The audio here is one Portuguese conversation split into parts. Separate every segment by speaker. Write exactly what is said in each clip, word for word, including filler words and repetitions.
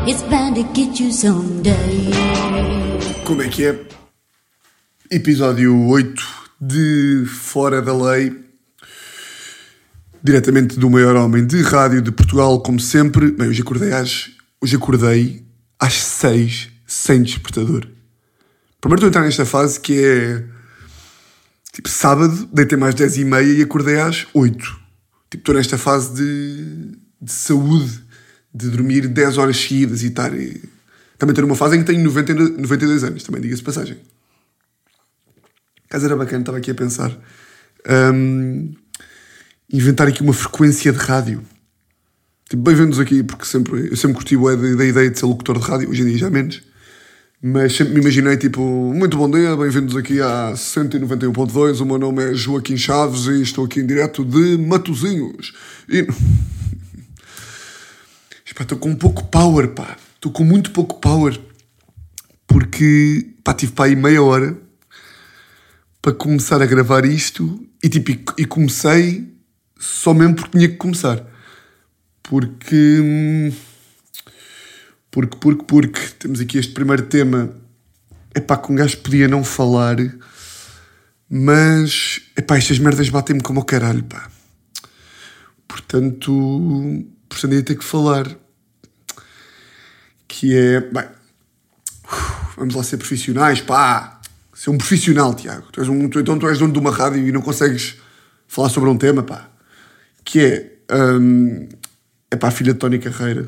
Speaker 1: It's bound to get you someday.
Speaker 2: Como é que é? Episódio oito de Fora da Lei, diretamente do maior homem de rádio de Portugal, como sempre. Bem, hoje acordei às, hoje acordei às seis, sem despertador. Primeiro estou a entrar nesta fase que é, tipo, sábado, deitei mais dez e meia e acordei às oito. Tipo, estou nesta fase de, de saúde, de dormir dez horas seguidas e estar... E... Também estou numa fase em que tenho noventa, noventa e dois anos, também diga-se passagem. Caso era bacana, estava aqui a pensar. Um, inventar aqui uma frequência de rádio. Tipo, bem-vindos aqui, porque sempre, eu sempre curti a da, da ideia de ser locutor de rádio, hoje em dia já menos. Mas sempre me imaginei, tipo, muito bom dia, bem-vindos aqui à cento e noventa e um ponto dois, o meu nome é Joaquim Chaves e estou aqui em direto de Matosinhos. E... Estou com um pouco power, pá. Estou com muito pouco power. Porque, pá, tive para aí meia hora para começar a gravar isto e, tipo, e, e comecei só mesmo porque tinha que começar. Porque... Porque, porque, porque temos aqui este primeiro tema. É pá, que um gajo podia não falar, mas, é pá, estas merdas batem-me como ao caralho, pá. Portanto, portanto ia ter que falar. Que é, bem, vamos lá ser profissionais, pá. Ser um profissional, Tiago. Tu és um, tu, então tu és dono de uma rádio e não consegues falar sobre um tema, pá. Que é, um, é pá, a filha de Tony Carreira.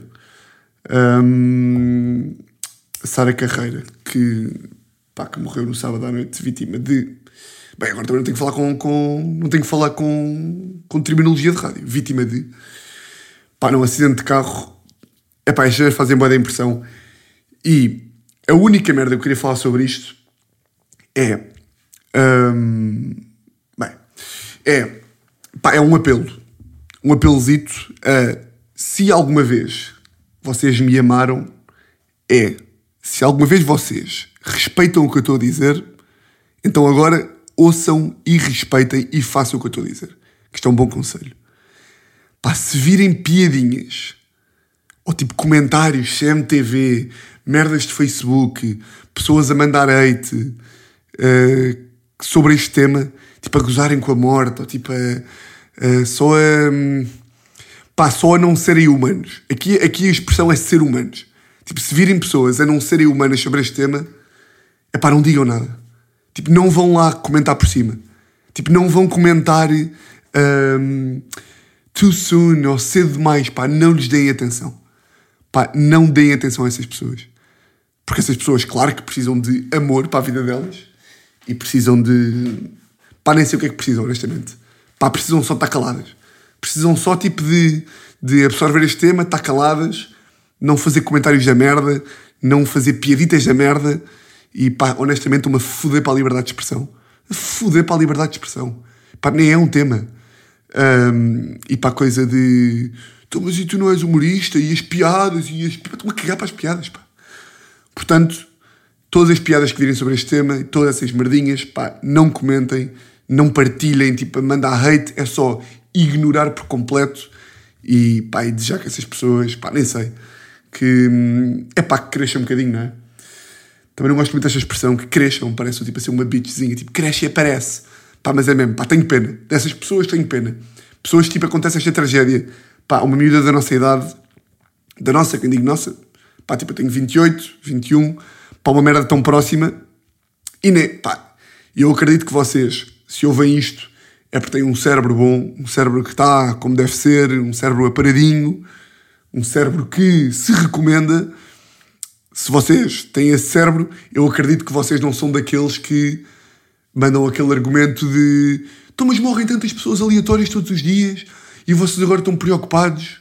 Speaker 2: Um, Sara Carreira, que, pá, que morreu no sábado à noite, vítima de... Bem, agora também não tenho que falar com... com não tenho que falar com, com terminologia de rádio. Vítima de... Pá, num acidente de carro. É pá, estas fazem boa da impressão. E a única merda que eu queria falar sobre isto é... Um, bem, é... Pá, é um apelo. Um apelozito a... Se alguma vez vocês me amaram, é... Se alguma vez vocês respeitam o que eu estou a dizer, então agora ouçam e respeitem e façam o que eu estou a dizer. Que isto é um bom conselho. Pá, se virem piadinhas... ou tipo comentários, C M T V, merdas de Facebook, pessoas a mandar hate uh, sobre este tema, tipo a gozarem com a morte, ou tipo a, a, só a... Um, pá, só a não serem humanos. Aqui, aqui a expressão é ser humanos. Tipo, se virem pessoas a não serem humanas sobre este tema, é pá, não digam nada. Tipo, não vão lá comentar por cima. Tipo, não vão comentar um, too soon ou cedo demais, pá, não lhes deem atenção. Pá, não deem atenção a essas pessoas. Porque essas pessoas, claro que precisam de amor para a vida delas. E precisam de... Pá, nem sei o que é que precisam, honestamente. Pá, precisam só de estar caladas. Precisam só, tipo, de, de absorver este tema, estar caladas, não fazer comentários da merda, não fazer piaditas da merda. E, pá, honestamente, uma foder para a liberdade de expressão. Foder para a liberdade de expressão. Pá, nem é um tema. Um, e para a coisa de... Então, mas e tu não és humorista? E as piadas? E as... Estou-me a cagar para as piadas, pá. Portanto, todas as piadas que virem sobre este tema, todas essas merdinhas, pá, não comentem, não partilhem, tipo, mandar hate, é só ignorar por completo e, pá, e desejar que essas pessoas, pá, nem sei, que, é pá, que cresçam um bocadinho, não é? Também não gosto muito desta expressão, que cresçam, parece, tipo, assim, uma bitchzinha, tipo, cresce e aparece. Pá, mas é mesmo, pá, tenho pena. Dessas pessoas tenho pena. Pessoas, tipo, acontece esta tragédia. Pá, uma miúda da nossa idade, da nossa, quem digo nossa, pá, tipo, eu tenho vinte e oito, vinte e um, pá, uma merda tão próxima, e ne, pá, eu acredito que vocês, se ouvem isto, é porque têm um cérebro bom, um cérebro que está como deve ser, um cérebro aparadinho, um cérebro que se recomenda. Se vocês têm esse cérebro, eu acredito que vocês não são daqueles que mandam aquele argumento de então, mas morrem tantas pessoas aleatórias todos os dias e vocês agora estão preocupados.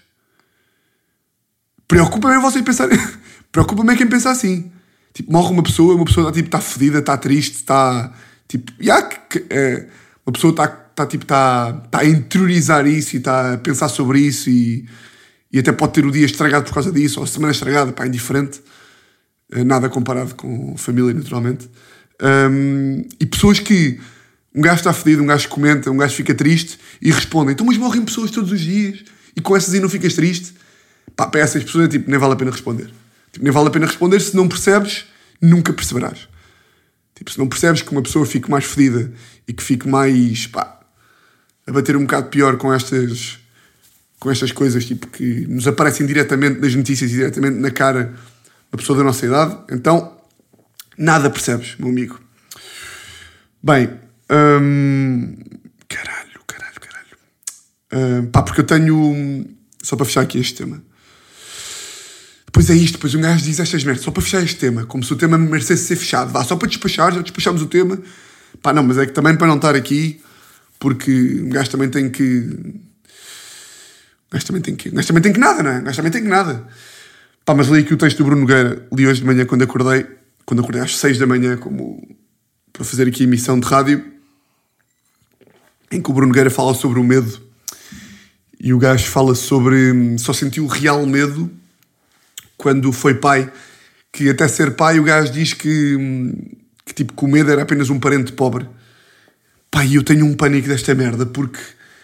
Speaker 2: Preocupa-me é vocês pensarem. Preocupa-me é quem pensa assim. Tipo, morre uma pessoa, uma pessoa está tipo, tá fedida, está triste, está tipo, yeah, que, é, uma pessoa está tá, tipo, tá, tá a interiorizar isso e está a pensar sobre isso e, e até pode ter o dia estragado por causa disso, ou a semana estragada, pá, indiferente. Nada comparado com família, naturalmente. Um, e pessoas que um gajo está fedido, um gajo comenta, um gajo fica triste e respondem, então mas morrem pessoas todos os dias e com essas aí não ficas triste? Pá, para essas pessoas é tipo, nem vale a pena responder. Tipo, nem vale a pena responder. Se não percebes, nunca perceberás. Tipo, se não percebes que uma pessoa fique mais fedida e que fique mais, pá, a bater um bocado pior com estas, com estas coisas, tipo, que nos aparecem diretamente nas notícias e diretamente na cara da pessoa da nossa idade, então nada percebes, meu amigo. Bem, hum, caralho, caralho, caralho. Hum, pá, porque eu tenho... Só para fechar aqui este tema. Depois é isto, depois um gajo diz estas merdas, só para fechar este tema, como se o tema merecesse ser fechado. Vá, só para despachar, já despachamos o tema. Pá, não, mas é que também para não estar aqui, porque um gajo também tem que... Um gajo também tem que... Um gajo também tem que nada, não é? Um gajo também tem que nada. Pá, mas li aqui o texto do Bruno Nogueira, li hoje de manhã quando acordei, quando acordei às seis da manhã, como para fazer aqui a emissão de rádio, em que o Bruno Nogueira fala sobre o medo, e o gajo fala sobre... Só sentiu real medo quando foi pai, que até ser pai o gajo diz que, que, tipo, que o medo era apenas um parente pobre. Pá, e eu tenho um pânico desta merda, porque...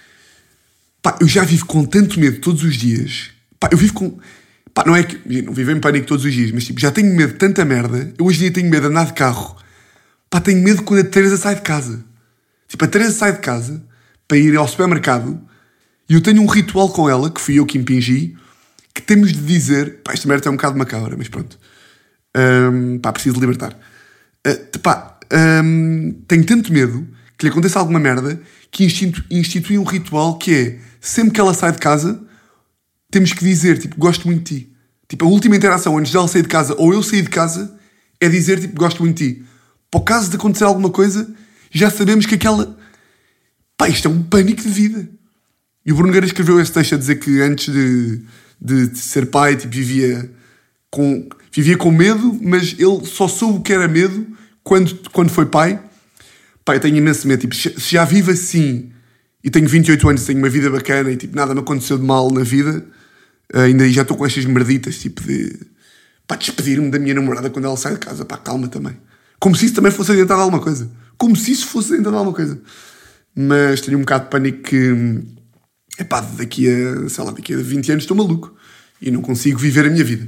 Speaker 2: Pá, eu já vivo com tanto medo todos os dias. Pá, eu vivo com... Pá, não é que... Não vivo em pânico todos os dias, mas tipo, já tenho medo de tanta merda. Eu hoje em dia tenho medo de andar de carro. Pá, tenho medo quando a Teresa sai de casa. Tipo, a Teresa sai de casa para ir ao supermercado e eu tenho um ritual com ela, que fui eu que impingi, que temos de dizer... Pá, esta merda é um bocado macabra, mas pronto. Um, pá, preciso de libertar. Uh, pá, um, tenho tanto medo que lhe aconteça alguma merda que institui, institui um ritual que é, sempre que ela sai de casa, temos que dizer, tipo, gosto muito de ti. Tipo, a última interação antes dela sair de casa ou eu sair de casa é dizer, tipo, gosto muito de ti. Para o caso de acontecer alguma coisa, já sabemos que aquela... Pá, isto é um pânico de vida. E o Bruno Nogueira escreveu esse texto a dizer que antes de... de ser pai, tipo, vivia com, vivia com medo, mas ele só soube o que era medo quando, quando foi pai. Pá, eu tenho imenso medo, tipo, se já vivo assim e tenho vinte e oito anos, tenho uma vida bacana e tipo, nada me aconteceu de mal na vida, ainda já estou com estas merditas, tipo, de pá, despedir-me da minha namorada quando ela sai de casa, pá, calma também. Como se isso também fosse adiantado a alguma coisa. Como se isso fosse adiantado a alguma coisa. Mas tenho um bocado de pânico que... Epá, daqui a, sei lá, daqui a vinte anos estou maluco e não consigo viver a minha vida.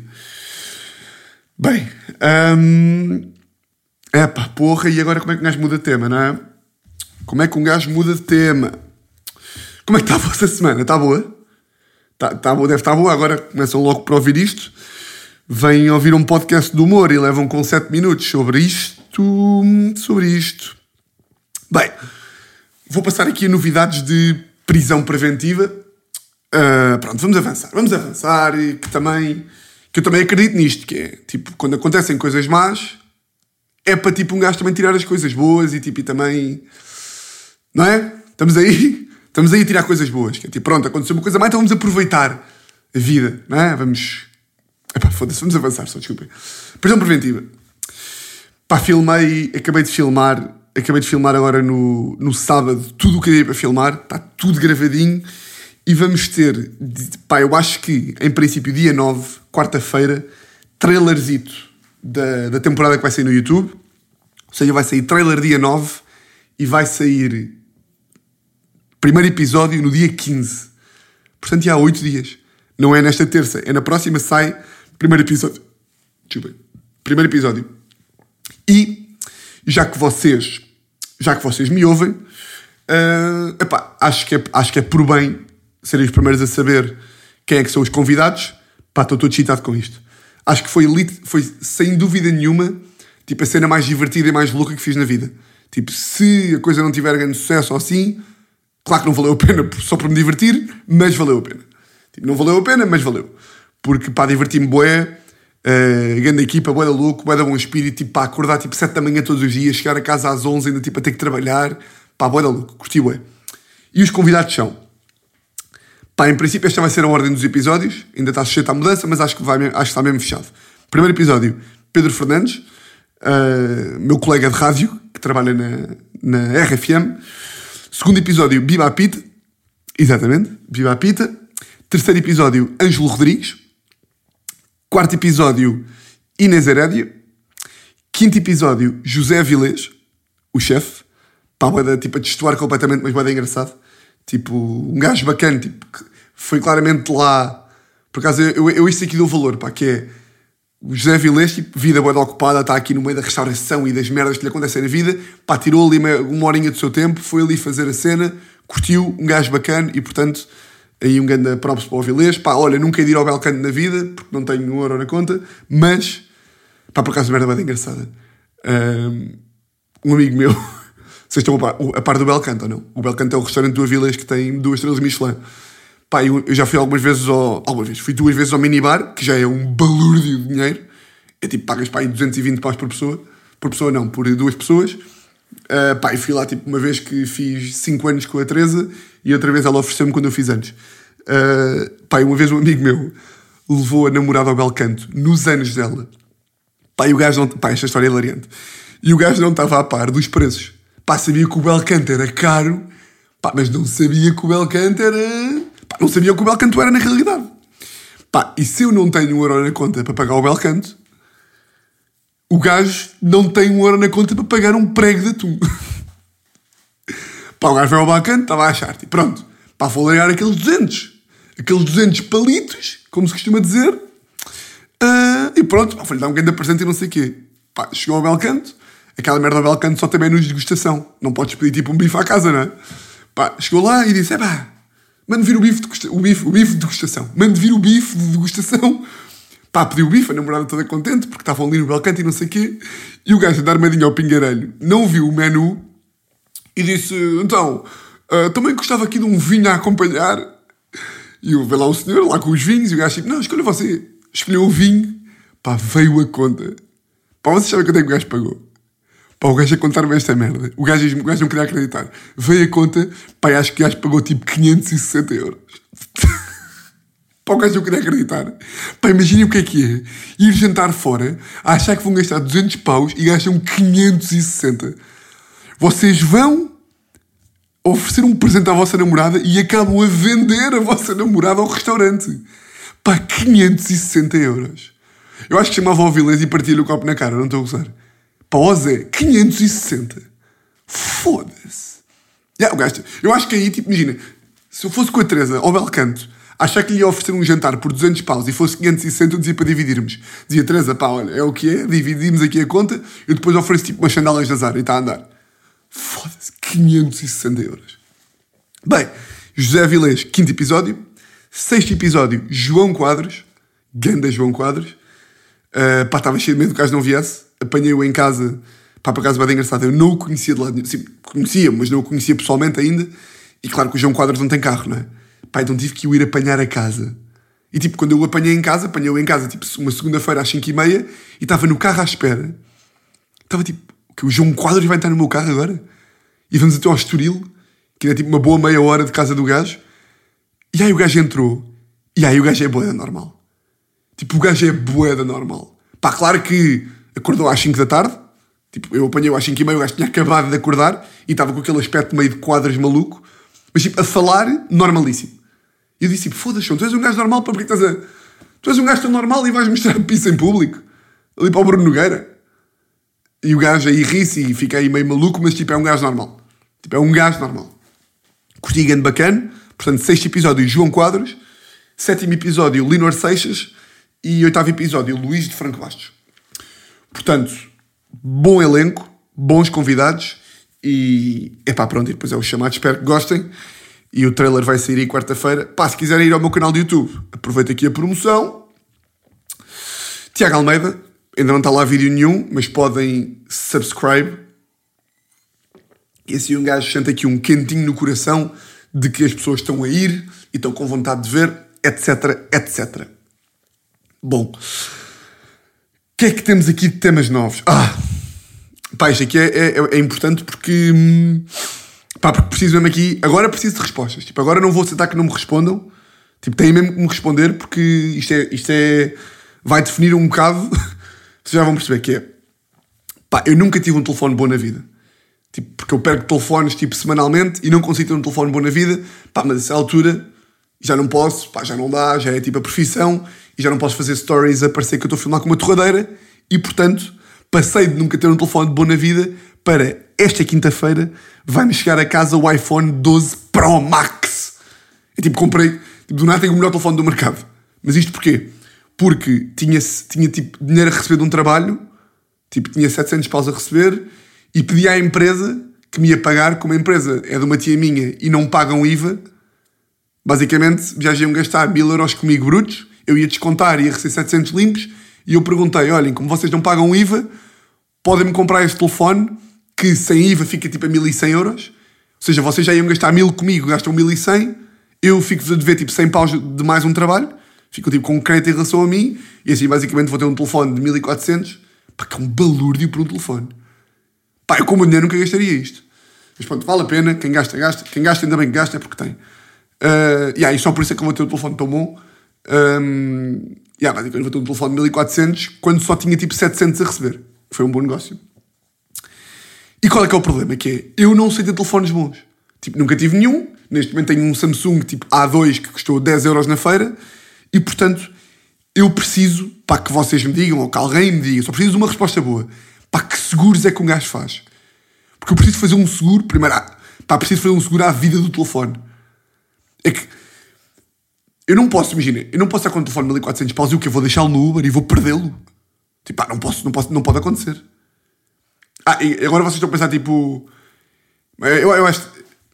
Speaker 2: Bem, hum, epá, porra, e agora como é que um gajo muda de tema, não é? Como é que um gajo muda de tema? Como é que está a vossa semana? Está boa? Está, está boa, deve estar boa. Agora começam logo para ouvir isto. Vêm ouvir um podcast de humor e levam com sete minutos sobre isto, sobre isto. Bem, vou passar aqui a novidades de prisão preventiva. Uh, pronto, vamos avançar. Vamos avançar e que também... Que eu também acredito nisto, que é, tipo, quando acontecem coisas más, é para, tipo, um gajo também tirar as coisas boas e, tipo, e também... Não é? Estamos aí... Estamos aí a tirar coisas boas. Que é, tipo, pronto, aconteceu uma coisa má, então vamos aproveitar a vida, não é? Vamos... Epá, foda-se, vamos avançar, só desculpem. Prisão preventiva. Pá, filmei... Acabei de filmar... Acabei de filmar agora no, no sábado tudo o que havia para filmar. Está tudo gravadinho. E vamos ter, pá, eu acho que, em princípio, dia nove, quarta-feira, trailerzito da, da temporada que vai sair no YouTube. Ou seja, vai sair trailer dia nove e vai sair primeiro episódio no dia quinze. Portanto, já há oito dias. Não é nesta terça, é na próxima sai primeiro episódio. Desculpa. Primeiro episódio. E, já que vocês, já que vocês me ouvem, uh, epá, acho, que é, acho que é por bem serem os primeiros a saber quem é que são os convidados. Pá, estou todo excitado com isto. Acho que foi, foi, sem dúvida nenhuma, tipo, a cena mais divertida e mais louca que fiz na vida. Tipo, se a coisa não tiver grande sucesso ou assim, claro que não valeu a pena só para me divertir, mas valeu a pena. Tipo, não valeu a pena, mas valeu. Porque, pá, diverti-me bué, uh, grande equipa, bué da louco, bué da bom espírito, tipo, pá, acordar, tipo, sete da manhã todos os dias, chegar a casa às onze, ainda, tipo, a ter que trabalhar, pá, bué da louco, curti bué. E os convidados são... Pá, em princípio esta vai ser a ordem dos episódios, ainda está sujeito à mudança, mas acho que, vai, acho que está mesmo fechado. Primeiro episódio, Pedro Fernandes, uh, meu colega de rádio, que trabalha na, na R F M. Segundo episódio, Biba Pita, exatamente, Biba Pita. Terceiro episódio, Ângelo Rodrigues. Quarto episódio, Inês Herédia. Quinto episódio, José Avilés, o chefe. Pá, vai dar, tipo, a destoar completamente, mas vai dar engraçado. Tipo, um gajo bacana, tipo, que foi claramente lá... Por acaso, eu, eu isto aqui dou valor, pá, que é... O José Vilés, tipo, vida boa ocupada, está aqui no meio da restauração e das merdas que lhe acontecem na vida. Pá, tirou ali uma, uma horinha do seu tempo, foi ali fazer a cena, curtiu, um gajo bacana e, portanto, aí um grande props para o Vilés. Pá, olha, nunca ia ir ao Belcanto na vida, porque não tenho um euro na conta, mas, pá, por acaso, merda bem engraçada. Um, um amigo meu, vocês estão a par, a par do Belcanto ou não? O Belcanto é o restaurante do Avilés que tem duas estrelas Michelin. Pá, eu, eu já fui algumas vezes ao... Algumas vezes, fui duas vezes ao minibar, que já é um balúrdio de dinheiro. É tipo, pagas, pá, aí duzentos e vinte paus por pessoa. Por pessoa não, por duas pessoas. Uh, pá, e fui lá, tipo, uma vez que fiz cinco anos com a Teresa e outra vez ela ofereceu-me quando eu fiz anos. Uh, pá, e uma vez um amigo meu levou a namorada ao Belcanto nos anos dela. Pá, e o gajo não... Pá, esta história é hilariante. E o gajo não estava a par dos preços. Pá, sabia que o Belcanto era caro, pá, mas não sabia que o Belcanto era... Pá, não sabia o que o Belcanto era na realidade. Pá, e se eu não tenho um euro na conta para pagar o Belcanto, o gajo não tem um euro na conta para pagar um prego de atum. Pá, o gajo vai ao Belcanto, estava a achar, tipo, pronto, pá, vou largar aqueles duzentos. Aqueles duzentos palitos, como se costuma dizer. Uh, e pronto, pá, foi-lhe dar um grande presente e não sei o quê. Pá, chegou ao Belcanto, aquela merda ao Belcanto só tem menus de degustação. Não podes pedir tipo um bife à casa, não é? Pá, chegou lá e disse, é pá, mande vir o bife de degustação. O bife, o bife de degustação. Mande vir o bife de degustação. Pá, pediu o bife, a namorada toda contente, porque estavam ali no Belcanto e não sei o quê. E o gajo, a dar armadinho ao pingarelho, não viu o menu e disse, então, uh, também gostava aqui de um vinho a acompanhar. E eu veio lá o senhor, lá com os vinhos, e o gajo tipo, não, escolha você. Escolheu o vinho. Pá, veio a conta. Pá, vocês sabem quanto é que o gajo pagou? Pá, o gajo a contar-me esta merda. O gajo, o gajo não queria acreditar. Veio a conta, pá, acho que o gajo pagou tipo quinhentos e sessenta euros. Pá, o gajo não queria acreditar. Pá, imaginem o que é que é. Ir jantar fora, a achar que vão gastar duzentos paus e gastam quinhentos e sessenta. Vocês vão oferecer um presente à vossa namorada e acabam a vender a vossa namorada ao restaurante. Pá, quinhentos e sessenta euros. Eu acho que chamavam ao Vilés e partia-lhe o copo na cara, não estou a gozar. Pá, ó Zé, quinhentos e sessenta. Foda-se. Yeah, o gajo, eu acho que aí, tipo, imagina, se eu fosse com a Teresa ao Belcanto, achar que lhe ia oferecer um jantar por duzentos paus e fosse quinhentos e sessenta, eu dizia para dividirmos. Dizia, Teresa, pá, olha, é o que é, dividimos aqui a conta, eu depois ofereço tipo umas sandálias de azar e está a andar. Foda-se, quinhentos e sessenta euros. Bem, José Vilés, quinto episódio. Sexto episódio, João Quadros. Ganda João Quadros. Uh, pá, estava cheio de medo que o gajo não viesse. Apanhei-o em casa. Pá, por acaso, bem engraçado. Eu não o conhecia de lado nenhum. Sim, conhecia, mas não o conhecia pessoalmente ainda. E claro que o João Quadros não tem carro, não é? Pá, então tive que o ir apanhar a casa. E tipo, quando eu o apanhei em casa, apanhei-o em casa, tipo, uma segunda-feira às cinco e meia, e estava no carro à espera. Estava tipo, que o João Quadros vai entrar no meu carro agora? E vamos até ao Estoril, que era tipo uma boa meia hora de casa do gajo. E aí o gajo entrou. E aí o gajo é boeda normal. Tipo, o gajo é boeda normal. Pá, claro que acordou às cinco da tarde. Tipo, eu apanhei-o às cinco e meia, o gajo tinha acabado de acordar e estava com aquele aspecto meio de quadros maluco. Mas tipo, a falar, normalíssimo. E eu disse tipo, foda-se, tu és um gajo normal, para porque estás a... Tu és um gajo tão normal e vais mostrar pizza em público? Ali para o Bruno Nogueira. E o gajo aí ri-se e fica aí meio maluco, mas tipo, é um gajo normal. Tipo, é um gajo normal. Curti grande bacana. Portanto, sexto episódio, João Quadros. Sétimo episódio, Linor Seixas. E oitavo episódio, Luís de Franco Bastos. Portanto, bom elenco, bons convidados. E, epá, pronto, e depois é o chamado. Espero que gostem. E o trailer vai sair aí quarta-feira. Pá, se quiserem ir ao meu canal do YouTube, aproveito aqui a promoção. Tiago Almeida. Ainda não está lá vídeo nenhum, mas podem subscribe. E assim um gajo sente aqui um quentinho no coração de que as pessoas estão a ir e estão com vontade de ver, etc, etcétera. Bom, o que é que temos aqui de temas novos? Ah, pá, isto aqui é, é, é importante porque, pá, porque preciso mesmo aqui, agora preciso de respostas. Tipo, agora não vou aceitar que não me respondam. Tipo, têm mesmo que me responder porque isto é, isto é vai definir um bocado... Vocês já vão perceber que é... Pá, eu nunca tive um telefone bom na vida. Tipo, porque eu perco telefones, tipo, semanalmente e não consigo ter um telefone bom na vida. Pá, mas a essa altura já não posso, pá, já não dá, já é tipo a profissão e já não posso fazer stories a parecer que eu estou a filmar com uma torradeira e, portanto, passei de nunca ter um telefone bom na vida para esta quinta-feira vai-me chegar a casa o iPhone doze Pro Max. Eu, tipo, comprei... Tipo, do nada tenho o melhor telefone do mercado. Mas isto porquê? porque tinha, tinha tipo, dinheiro a receber de um trabalho, tipo, tinha setecentos paus a receber, e pedi à empresa que me ia pagar, como a empresa é de uma tia minha e não pagam I V A, basicamente já iam gastar mil euros comigo brutos, eu ia descontar e ia receber setecentos limpos, e eu perguntei, olhem, como vocês não pagam I V A, podem-me comprar este telefone, que sem I V A fica tipo a mil e cem euros, ou seja, vocês já iam gastar mil comigo, gastam mil e cem, eu fico a dever tipo cem paus de mais um trabalho, fico tipo com crédito em relação a mim, e assim basicamente vou ter um telefone de mil e quatrocentos, pá, que é um balúrdio por um telefone. Pá, eu com o meu dinheiro nunca gastaria isto. Mas pronto, vale a pena, quem gasta, gasta, quem gasta ainda bem que gasta, é porque tem. Uh, yeah, e só por isso é que eu vou ter um telefone tão bom. Um, yeah, basicamente vou ter um telefone de mil e quatrocentos, quando só tinha tipo setecentos a receber. Foi um bom negócio. E qual é que é o problema? Que é, eu não sei ter telefones bons. Tipo, nunca tive nenhum. Neste momento tenho um Samsung tipo A dois que custou dez euros na feira. E, portanto, eu preciso, pá, que vocês me digam, ou que alguém me diga, só preciso de uma resposta boa. Pá, que seguros é que um gajo faz? Porque eu preciso fazer um seguro, primeiro, pá, preciso fazer um seguro à vida do telefone. É que, eu não posso, imagina, eu não posso estar com o telefone mil e quatrocentos paus e o que eu vou deixá-lo no Uber e vou perdê-lo. Tipo, pá, não posso, não posso, não pode acontecer. Ah, e agora vocês estão a pensar, tipo... Eu, eu acho...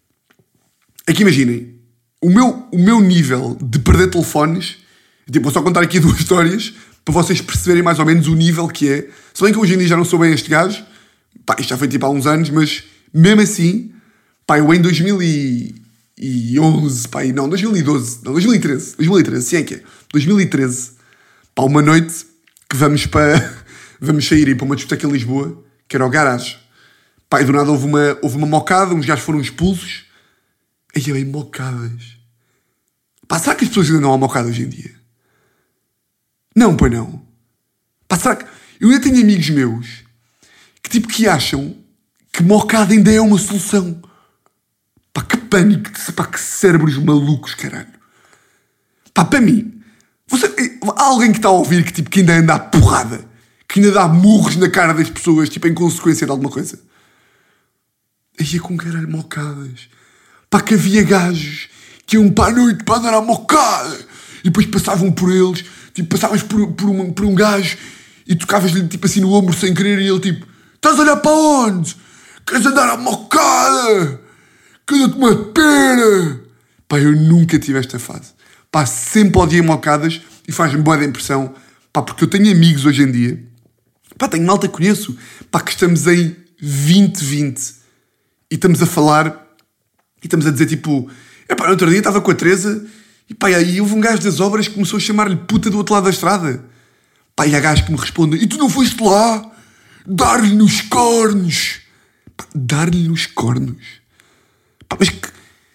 Speaker 2: É que imaginem, o meu, o meu nível de perder telefones... Tipo, vou só contar aqui duas histórias para vocês perceberem mais ou menos o nível que é. Se bem que hoje em dia já não sou bem este gajo... Pá, isto já foi tipo há uns anos, mas mesmo assim... Pá, eu em dois mil e onze... Pá, não, dois mil e doze... Não, dois mil e treze. dois mil e treze, sim é que é. dois mil e treze. Pá, uma noite que vamos para... Vamos sair e ir para uma discoteca em Lisboa... Que era o Garage. Pá, e do nada houve uma, houve uma mocada, uns gajos foram expulsos. Aí eu, bem, mocadas. Pá, será que as pessoas ainda não há mocada hoje em dia? Não, pois não. Pá, será que... Eu ainda tenho amigos meus que tipo que acham que mocada ainda é uma solução. Pá, que pânico. Pá, que cérebros malucos, caralho. Pá, para mim... Você, há alguém que está a ouvir que tipo que ainda anda à porrada? Que ainda dá murros na cara das pessoas, tipo, em consequência de alguma coisa. Aí é com caralho mocadas. Pá, que havia gajos que iam para a noite para andar à mocada. E depois passavam por eles, tipo, passavas por, por, um, por um gajo e tocavas-lhe, tipo, assim no ombro sem querer e ele, tipo, estás a olhar para onde? Queres andar à mocada? Queres-te uma pena? Pá, eu nunca tive esta fase. Pá, sempre odiei mocadas e faz-me boa da impressão. Pá, porque eu tenho amigos hoje em dia. Pá, tenho malta que conheço. Pá, que estamos em vinte vinte. E estamos a falar... E estamos a dizer, tipo... Epá, no outro dia estava com a Teresa... E pá, aí houve um gajo das obras que começou a chamar-lhe puta do outro lado da estrada. Pá, e há gajos que me respondem... E tu não foste lá? Dar-lhe nos cornos. Pá, dar-lhe nos cornos. Pá, mas que...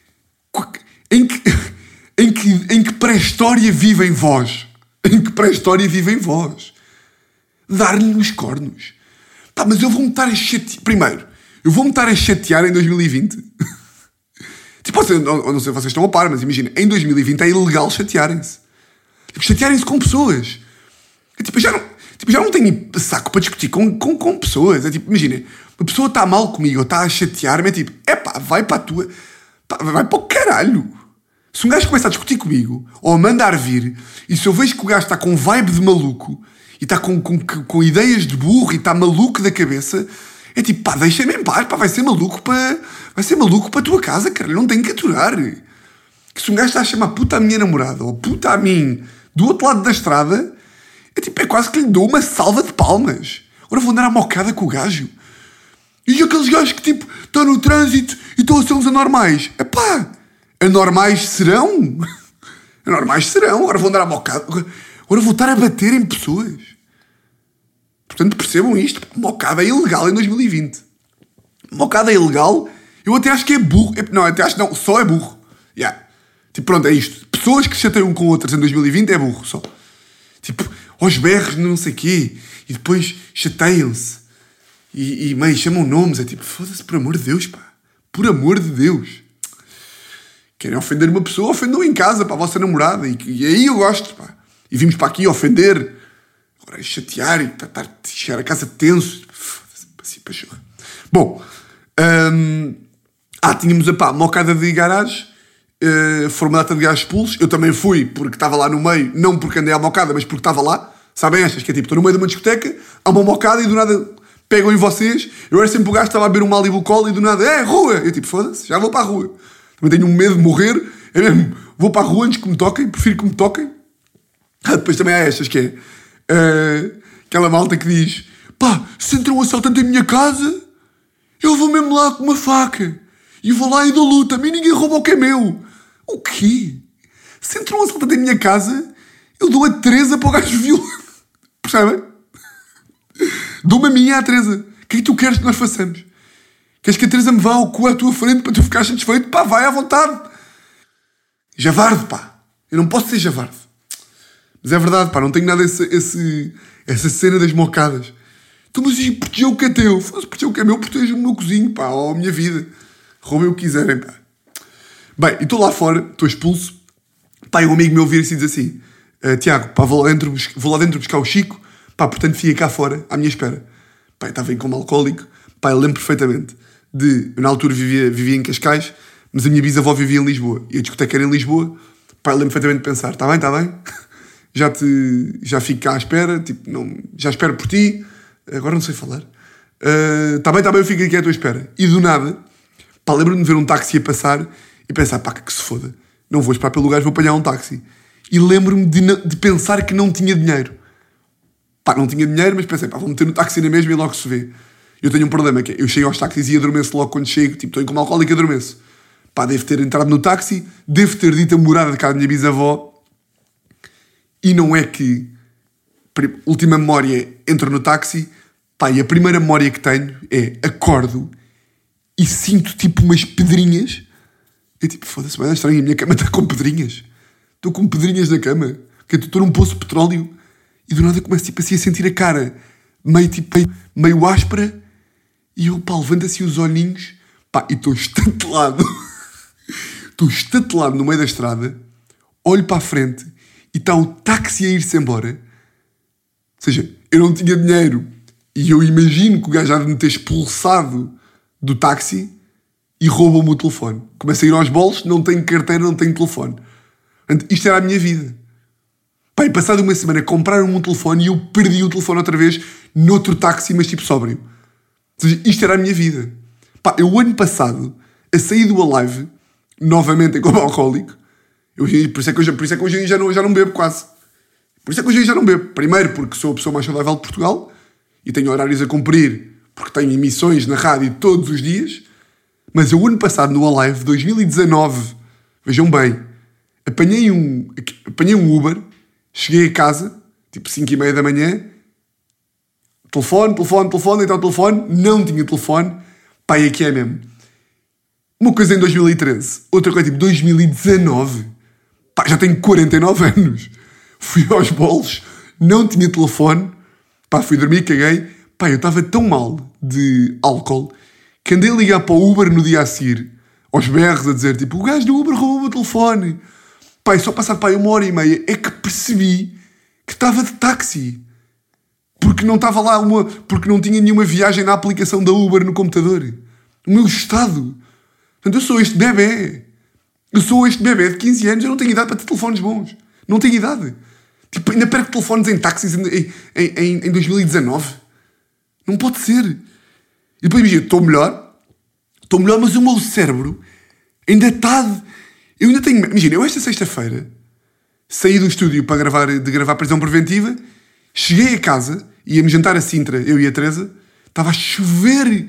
Speaker 2: Em que... Em que, em que pré-história vive em vós? Em que pré-história vive em vós? Dar-lhe nos cornos. Pá, mas eu vou-me estar a chatear... Primeiro, eu vou-me estar a chatear em dois mil e vinte. Tipo, eu não, não sei se vocês estão a par, mas imagina, em dois mil e vinte é ilegal chatearem-se. Tipo, chatearem-se com pessoas. Eu, tipo, já não, tipo, já não tenho saco para discutir com, com, com pessoas. É tipo, imagina, uma pessoa está mal comigo ou está a chatear-me, é tipo, epá, vai para a tua... Pá, vai para o caralho. Se um gajo começa a discutir comigo, ou a mandar vir, e se eu vejo que o gajo está com vibe de maluco, e está com, com, com ideias de burro, e está maluco da cabeça, é tipo, pá, deixa-me em paz, pá, vai ser maluco para... Vai ser maluco para a tua casa, cara, não tenho que aturar. Que se um gajo está a chamar puta à minha namorada, ou puta a mim, do outro lado da estrada, é tipo, é quase que lhe dou uma salva de palmas. Agora vou andar à mocada com o gajo. E aqueles gajos que, tipo, estão no trânsito e estão a ser uns anormais. É pá... Anormais serão? Anormais serão. Agora vou andar a mocada. Agora vou estar a bater em pessoas. Portanto, percebam isto. Mocada é ilegal em dois mil e vinte. Mocada é ilegal. Eu até acho que é burro. Não, até acho que não. Só é burro. Yeah. Tipo, pronto, é isto. Pessoas que se chateiam com outras em dois mil e vinte é burro, só. Tipo, aos berros, não sei o quê. E depois chateiam-se. E, e meio, chamam nomes. É tipo, foda-se, por amor de Deus, pá. Por amor de Deus. Querem ofender uma pessoa, ofendam em casa, para a vossa namorada. E, e aí eu gosto, pá. E vimos para aqui ofender. Agora é chatear e estar a chegar a casa tenso. Foda-se, assim, pachorra. Bom. Hum, ah, tínhamos a pá, mocada de garagem. Uh, foram uma data de gajos expulsos. Eu também fui porque estava lá no meio, não porque andei à mocada, mas porque estava lá. Sabem estas? Que é tipo, estou no meio de uma discoteca, há uma mocada e do nada pegam em vocês. Eu era sempre o gajo que estava a beber um Malibu Cola e do nada, é, rua! Eu tipo, foda-se, já vou para a rua. Também tenho um medo de morrer. É mesmo, vou para a rua antes que me toquem, prefiro que me toquem. Ah, depois também há estas, que é uh, aquela malta que diz, pá, se entra um assaltante em minha casa, eu vou mesmo lá com uma faca. E vou lá e dou luta. A mim ninguém rouba o que é meu. O quê? Se entra um assaltante em minha casa, eu dou a Teresa para o gajo violento. Percebem? Dou-me a minha à Teresa. O que é que tu queres que nós façamos? Queres que a Teresa me vá ao cu à tua frente para tu ficares satisfeito? Pá, vai à vontade. Javarde, pá. Eu não posso ser javarde. Mas é verdade, pá. Não tenho nada esse, esse, essa cena das mocadas. Então, mas e proteger o que é teu? Se proteger o que é meu, protejo o meu cozinho, pá. Ou a minha vida. Roubem o que quiserem, pá. Bem, e estou lá fora, estou expulso. Pá, e um amigo meu vira-se e diz assim, uh, Tiago, pá, vou lá, dentro, vou lá dentro buscar o Chico, pá, portanto fica cá fora, à minha espera. Pá, eu estava em coma alcoólico, pá, eu lembro perfeitamente de, eu na altura vivia, vivia em Cascais, mas a minha bisavó vivia em Lisboa, e a discoteca era em Lisboa, pá, eu lembro perfeitamente de pensar, está bem, está bem, já, te, já fico cá à espera, tipo, não, já espero por ti, agora não sei falar, está uh, bem, está bem, eu fico aqui à tua espera. E do nada, pá, lembro-me de ver um táxi a passar, e pensar, pá, que se foda, não vou esperar pelo lugar, vou apanhar um táxi. E lembro-me de, de pensar que não tinha dinheiro. Pá, não tinha dinheiro, mas pensei, pá, vou meter no táxi na mesma e logo se vê. Eu tenho um problema, que é, eu chego aos táxis e adormeço logo quando chego, tipo, estou em coma alcoólico e adormeço. Pá, devo ter entrado no táxi, devo ter dito a morada de casa da minha bisavó, e não é que, última memória, entro no táxi, pá, e a primeira memória que tenho é, acordo e sinto tipo umas pedrinhas. Eu tipo, foda-se, mas é estranho, a minha cama está com pedrinhas. Estou com pedrinhas na cama. Que estou num poço de petróleo. E do nada começo tipo, assim a sentir a cara meio, tipo, meio, meio áspera. E eu, pá, levanto assim os olhinhos. Pá, e estou estatelado. Estou estatelado no meio da estrada. Olho para a frente. E está o táxi a ir-se embora. Ou seja, eu não tinha dinheiro. E eu imagino que o gajo já de me ter expulsado do táxi e roubam-me o telefone. Começo a ir aos bolsos, não tenho carteira, não tenho telefone. Portanto, isto era a minha vida. Pá, e passado uma semana compraram-me um telefone e eu perdi o telefone outra vez noutro táxi, mas tipo sóbrio. Ou seja, isto era a minha vida. Pá, eu o ano passado, a sair do Alive, novamente em coma alcoólico, eu, por, isso é que hoje, por isso é que hoje já não, já não bebo quase. Por isso é que hoje já não bebo. Primeiro porque sou a pessoa mais saudável de Portugal e tenho horários a cumprir porque tenho emissões na rádio todos os dias. Mas eu, o ano passado, no Alive, dois mil e dezanove, vejam bem, apanhei um, apanhei um Uber, cheguei a casa, tipo cinco e meia da manhã, telefone, telefone, telefone, então telefone, não tinha telefone, pá, e aqui é mesmo. Uma coisa em dois mil e treze, outra coisa tipo dois mil e dezanove, pá, já tenho quarenta e nove anos, fui aos bolos, não tinha telefone, pá, fui dormir, caguei, pá, eu estava tão mal de álcool, que andei a ligar para o Uber no dia a seguir, aos berros, a dizer, tipo, o gajo do Uber roubou o meu telefone. Pai, só passar para aí uma hora e meia é que percebi que estava de táxi. Porque não estava lá uma... Porque não tinha nenhuma viagem na aplicação da Uber no computador. O meu estado. Portanto, eu sou este bebê. Eu sou este bebê de quinze anos, eu não tenho idade para ter telefones bons. Não tenho idade. Tipo, ainda perco telefones em táxis em, em, em, em dois mil e dezanove. Não pode ser. E depois imagina, estou melhor, estou melhor, mas o meu cérebro ainda está... De... Eu ainda tenho... Imagina, eu esta sexta-feira saí do estúdio para gravar, de gravar Prisão Preventiva, cheguei a casa, ia-me jantar a Sintra, eu e a Teresa, estava a chover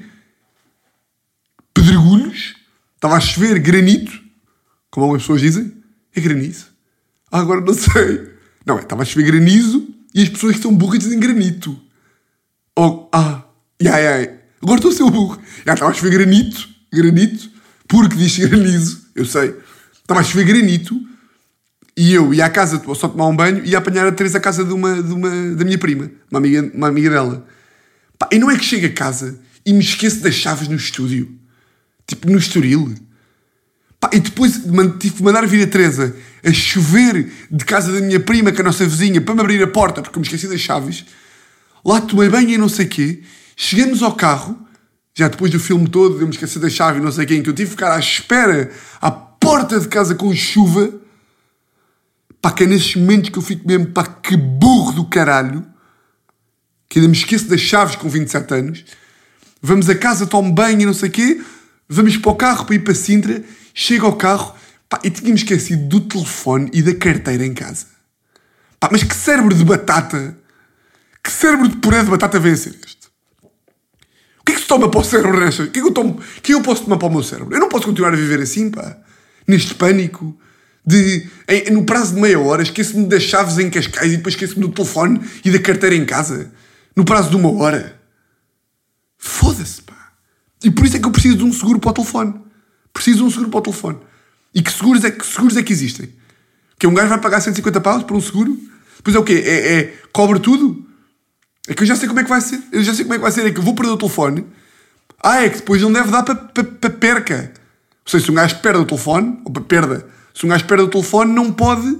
Speaker 2: pedregulhos, estava a chover granito, como algumas pessoas dizem. É granizo? Ah, agora não sei. Não, é, estava a chover granizo e as pessoas que são burras dizem granito. Oh, ah, yeah, yeah. Agora estou a ser o burro. Já estava a chover granito, granito, porque diz granizo, eu sei. Estava a chover granito e eu ia à casa só tomar um banho e ia apanhar a Teresa à casa de uma, de uma, da minha prima, uma amiga, uma amiga dela. Pá, e não é que chego a casa e me esqueço das chaves no estúdio. Tipo, no Estoril. Pá, e depois tive de mandar vir a Teresa a chover de casa da minha prima, que é a nossa vizinha, para me abrir a porta, porque eu me esqueci das chaves. Lá tomei banho e não sei o quê. Chegamos ao carro, já depois do filme todo, eu me esqueci da chave e não sei quem, que eu tive que ficar à espera, à porta porta de casa com chuva. Pá, que é nesses momentos que eu fico mesmo, pá, que burro do caralho. Que ainda me esqueço das chaves com vinte e sete anos. Vamos a casa, tomo banho e não sei o quê. Vamos para o carro para ir para Sintra. Chego ao carro, pá, e tinha-me esquecido do telefone e da carteira em casa. Pá, mas que cérebro de batata. Que cérebro de puré de batata vem a ser este? O que é que se toma para o cérebro nesta? O que é que eu tomo? O que é que eu posso tomar para o meu cérebro? Eu não posso continuar a viver assim, pá. Neste pânico. De, em, no prazo de meia hora, esqueço-me das chaves em Cascais e depois esqueço-me do telefone e da carteira em casa. No prazo de uma hora. Foda-se, pá. E por isso é que eu preciso de um seguro para o telefone. Preciso de um seguro para o telefone. E que seguros é que, seguros é que existem? Que um gajo vai pagar cento e cinquenta paus por um seguro? Depois é o quê? É, é, cobre tudo? É que eu já sei como é que vai ser. Eu já sei como é que vai ser. É que eu vou perder o telefone. Ah, é que depois não deve dar para pa, pa perca. Ou seja, se um gajo perde o telefone, ou para perda, se um gajo perde o telefone, não pode...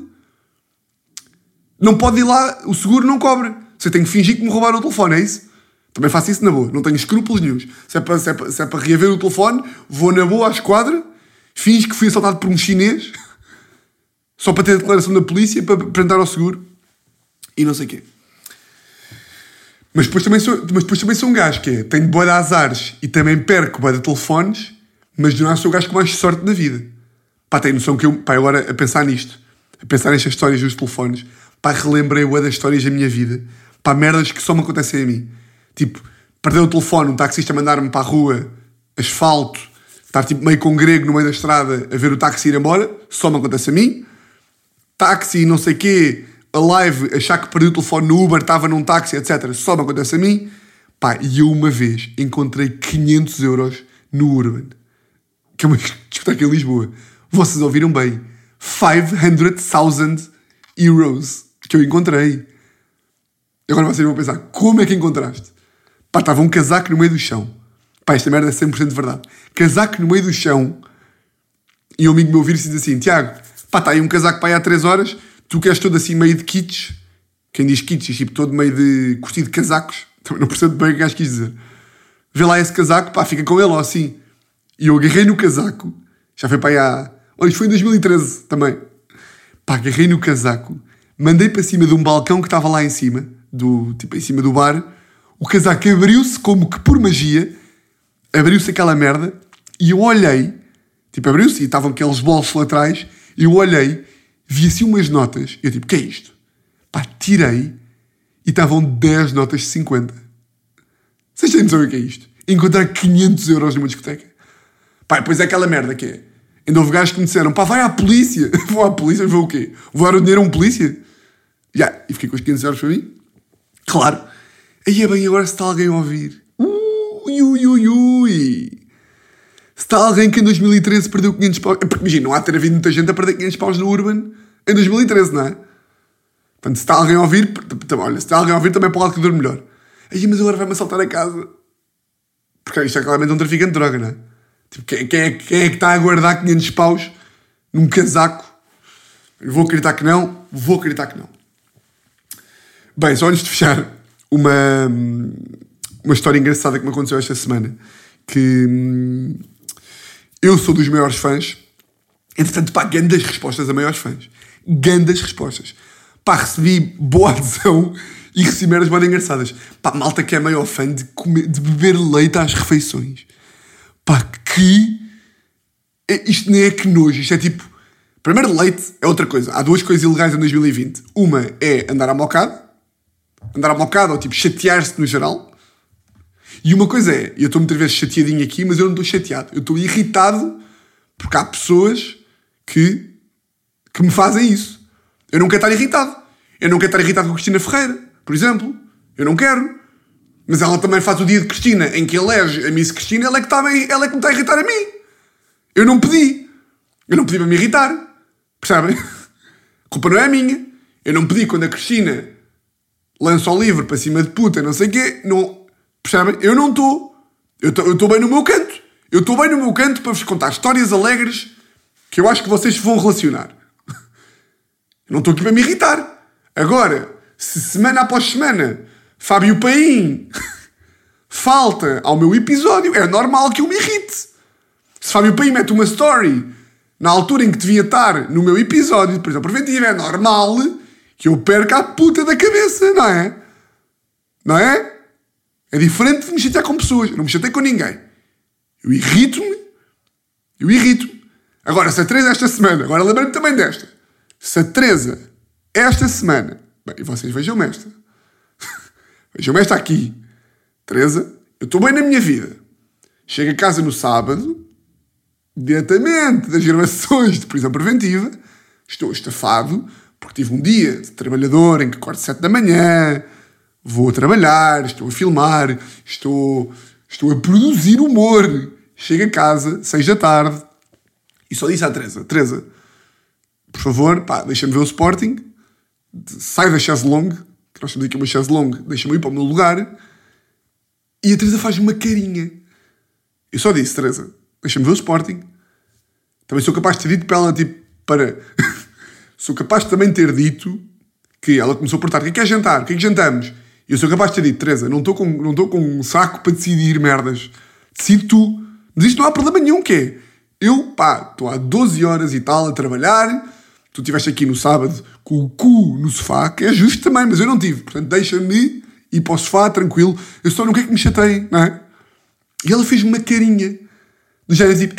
Speaker 2: Não pode ir lá, o seguro não cobre. Você tem que fingir que me roubaram o telefone, é isso? Também faço isso na boa. Não tenho escrúpulos nenhuns. Se é para, se é para, se é para reaver o telefone, vou na boa à esquadra, finge que fui assaltado por um chinês, só para ter a declaração da polícia, para apresentar ao seguro, e não sei o quê. Mas depois também sou, mas depois também sou um gajo que é, tenho bué de azares e também perco bué de telefones, mas não sou o gajo com mais sorte na vida. Pá, tenho noção que eu, pá, agora a pensar nisto, a pensar nestas histórias dos telefones, pá, relembrei bué das histórias da minha vida, pá, merdas que só me acontecem a mim. Tipo, perder o telefone, um taxista mandar-me para a rua, asfalto, estar tipo meio com grego no meio da estrada a ver o táxi ir embora, só me acontece a mim. Táxi, não sei o quê, a live, achar que perdi o telefone no Uber, estava num táxi, etcétera. Só me acontece a mim. Pá, e eu uma vez encontrei quinhentos euros no Urban, que é uma discoteca em Lisboa. Vocês ouviram bem. quinhentos mil euros que eu encontrei. Agora vocês vão pensar, como é que encontraste? Pá, estava um casaco no meio do chão. Pá, esta merda é cem por cento verdade. Casaco no meio do chão. E um amigo meu ouvir-se e diz assim, Tiago, pá, está aí um casaco para aí há três horas, tu que és todo assim meio de kits. Quem diz kits, diz tipo todo meio de curtido de casacos. Também não percebo bem o que o gajo quis dizer. Vê lá esse casaco, pá, fica com ele ou assim. E eu agarrei no casaco. Já foi para aí há... Olha, isto foi em dois mil e treze também. Pá, agarrei no casaco. Mandei para cima de um balcão que estava lá em cima. Do, tipo, em cima do bar. O casaco abriu-se como que por magia. Abriu-se aquela merda. E eu olhei. Tipo, abriu-se e estavam aqueles bolsos laterais. E eu olhei. Vi assim umas notas. E eu tipo, o que é isto? Pá, tirei. E estavam dez notas de cinquenta. Vocês têm noção o que é isto? Encontrar quinhentos euros numa discoteca. Pá, depois é aquela merda que é. Ainda houve gajos que me disseram, pá, vai à polícia. Vou à polícia, vou o quê? Vou dar o dinheiro a um polícia? Já, yeah. E fiquei com os quinhentos euros para mim. Claro. Aí é bem, agora se está alguém a ouvir. Ui, ui, ui, ui. Se está alguém que em dois mil e treze perdeu quinhentos paus... Porque imagina, não há de ter havido muita gente a perder quinhentos paus no Urban em dois mil e treze, não é? Portanto, se está alguém a ouvir... Olha, se está alguém a ouvir também é para o lado que dorme melhor. Aí, mas agora vai-me assaltar a casa. Porque isto é claramente um traficante de droga, não é? Tipo, quem, quem, é, quem é que está a guardar quinhentos paus num casaco? Eu vou acreditar que não. Vou acreditar que não. Bem, só antes de fechar, uma, uma história engraçada que me aconteceu esta semana. Que hum, eu sou dos maiores fãs. Entretanto, pá, grandes respostas a maiores fãs. Grandes respostas. Pá, recebi boa adesão e recebi merdas bem engraçadas. Pá, malta que é maior fã de, comer, de beber leite às refeições. Pá, que... Isto nem é que nojo. Isto é tipo... Primeiro, leite é outra coisa. Há duas coisas ilegais em dois mil e vinte. Uma é andar à mocada. Andar à mocada ou tipo chatear-se no geral. E uma coisa é... Eu estou muitas vezes chateadinho aqui, mas eu não estou chateado. Eu estou irritado porque há pessoas que, que me fazem isso. Eu não quero estar irritado. Eu não quero estar irritado com a Cristina Ferreira, por exemplo. Eu não quero. Mas ela também faz o dia de Cristina, em que elege a Miss Cristina, ela é que, está bem, ela é que me está a irritar a mim. Eu não pedi. Eu não pedi para me irritar. Percebem? A culpa não é minha. Eu não pedi quando a Cristina lança o livro para cima de puta, não sei o quê. Não, percebem? Eu não estou. Eu estou bem no meu canto. Eu estou bem no meu canto para vos contar histórias alegres que eu acho que vocês vão relacionar. Eu não estou aqui para me irritar. Agora, se semana após semana Fábio Paim falta ao meu episódio, é normal que eu me irrite. Se Fábio Paim mete uma story na altura em que devia estar no meu episódio de prisão preventiva, é normal que eu perca a puta da cabeça, não é? Não é? É diferente de me chatear com pessoas. Eu não me chatei com ninguém. Eu irrito-me. Eu irrito-me. Agora, se a Teresa esta semana, agora lembrei-me também desta, se a Teresa esta semana, bem, e vocês vejam-me esta, vejam-me esta aqui, Teresa, eu estou bem na minha vida. Chego a casa no sábado, diretamente das gravações de prisão preventiva, estou estafado, porque tive um dia de trabalhador em que acordo sete da manhã, vou a trabalhar, estou a filmar, estou, estou a produzir humor. Chego a casa, seis da tarde, e só disse à Teresa, Teresa, por favor, pá, deixa-me ver o Sporting, sai da chaise longue, que nós temos aqui uma chaise longue, deixa-me ir para o meu lugar, e a Teresa faz uma carinha. Eu só disse, Teresa, deixa-me ver o Sporting. Também sou capaz de ter dito para ela, tipo, para... sou capaz de também ter dito que ela começou a perguntar, o que é que é jantar? O que é que jantamos? E eu sou capaz de ter dito, Teresa, não estou com, não estou com um saco para decidir merdas. Decide tu. Mas isto não há problema nenhum, que é? Eu, pá, estou há doze horas e tal a trabalhar, tu estiveste aqui no sábado com o cu no sofá, que é justo também, mas eu não tive. Portanto, deixa-me ir para o sofá, tranquilo. Eu só não quero que me chateiem, não é? E ela fez-me uma carinha. Do género tipo...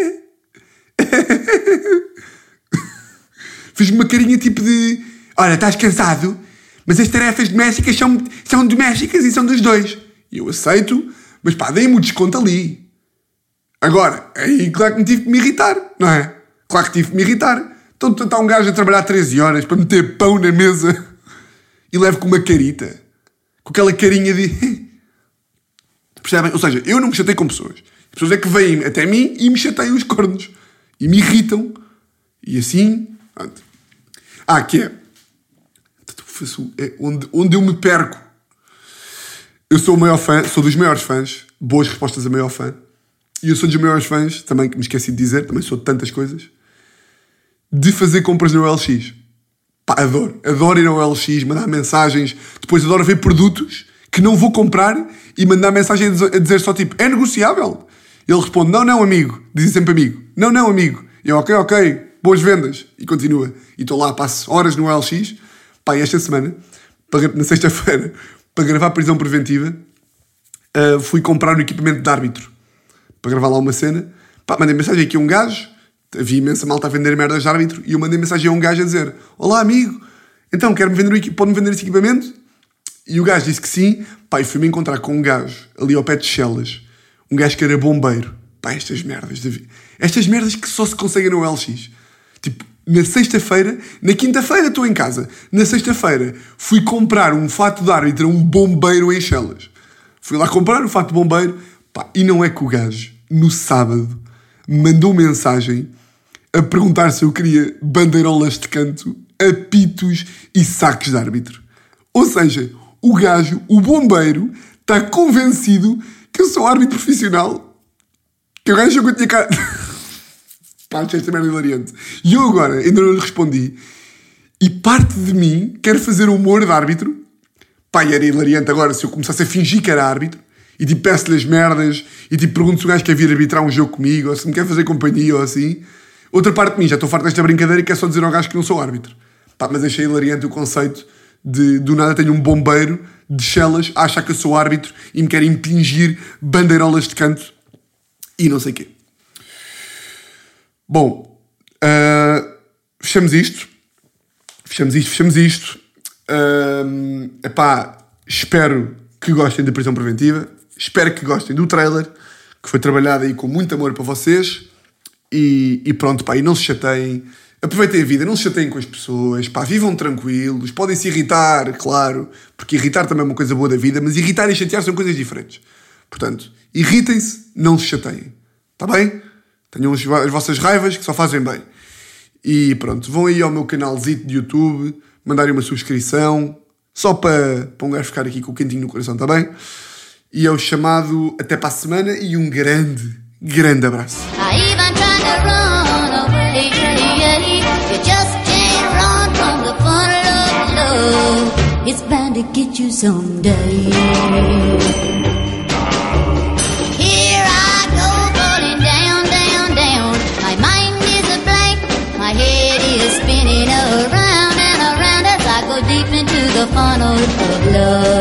Speaker 2: fez-me uma carinha tipo de... Olha, estás cansado, mas as tarefas domésticas são, são domésticas e são dos dois. E eu aceito, mas pá, dei-me o desconto ali. Agora, aí claro que me tive que me irritar, não é? Claro que tive que me irritar. Então está um gajo a trabalhar treze horas para meter pão na mesa e levo com uma carita. Com aquela carinha de... Percebem? Ou seja, eu não me chatei com pessoas. As pessoas é que vêm até mim e me chateiam os cornos. E me irritam. E assim... Ah, que é... é onde, onde eu me perco. Eu sou o maior fã, sou dos maiores fãs. Boas respostas a maior fã. E eu sou dos maiores fãs, também que me esqueci de dizer, também sou de tantas coisas, de fazer compras no O L X. Pá, adoro. Adoro ir ao O L X, mandar mensagens. Depois adoro ver produtos que não vou comprar e mandar mensagem a dizer só tipo, é negociável? Ele responde, não, não, amigo. Dizem sempre amigo. Não, não, amigo. E eu, ok, ok, boas vendas. E continua. E estou lá, passo horas no O L X. Pá, e esta semana, na sexta-feira, para gravar prisão preventiva, uh, fui comprar um equipamento de árbitro. Para gravar lá uma cena. Pá, mandei mensagem aqui a um gajo. Havia imensa malta a vender merdas de árbitro. E eu mandei mensagem a um gajo a dizer, olá, amigo. Então, quer-me vender o, pode-me vender esse equipamento? E o gajo disse que sim. Pá, e fui-me encontrar com um gajo ali ao pé de Chelas. Um gajo que era bombeiro. Pá, estas merdas. David. Estas merdas que só se conseguem no O L X. Tipo, na sexta-feira... Na quinta-feira estou em casa. Na sexta-feira fui comprar um fato de árbitro a um bombeiro em Chelas. Fui lá comprar o fato de bombeiro. Pá, e não é que o gajo, no sábado, mandou mensagem a perguntar se eu queria bandeirolas de canto, apitos e sacos de árbitro. Ou seja... O gajo, o bombeiro, está convencido que eu sou árbitro profissional. Que o gajo jogou tinha cara... Pá, esta merda hilariante. E eu agora ainda não lhe respondi. E parte de mim quer fazer humor de árbitro. Pá, e era hilariante agora se eu começasse a fingir que era árbitro. E tipo, peço-lhe as merdas. E tipo, pergunto se o gajo quer vir arbitrar um jogo comigo. Ou se me quer fazer companhia ou assim. Outra parte de mim, já estou farto desta brincadeira e quer só dizer ao gajo que não sou árbitro. Pá, mas achei hilariante o conceito... De, do nada tenho um bombeiro de Chelas a achar que eu sou árbitro e me quer impingir bandeirolas de canto e não sei o quê. Bom, uh, fechamos isto. Fechamos isto, fechamos isto. Uh, epá, espero que gostem da prisão preventiva. Espero que gostem do trailer, que foi trabalhado aí com muito amor para vocês. E, e pronto, pá, e não se chateiem. Aproveitem a vida, não se chateiem com as pessoas, pá, vivam tranquilos, podem se irritar, claro, porque irritar também é uma coisa boa da vida, mas irritar e chatear são coisas diferentes. Portanto, irritem-se, não se chateiem, está bem? Tenham as, as vossas raivas que só fazem bem. E pronto, vão aí ao meu canalzito de YouTube, mandarem uma subscrição, só para, para um gajo ficar aqui com o quentinho no coração, está bem? E é o chamado até para a semana e um grande, grande abraço.
Speaker 1: You just can't run from the fun of love. It's bound to get you someday. Here I go falling down, down, down. My mind is a the funnel of love.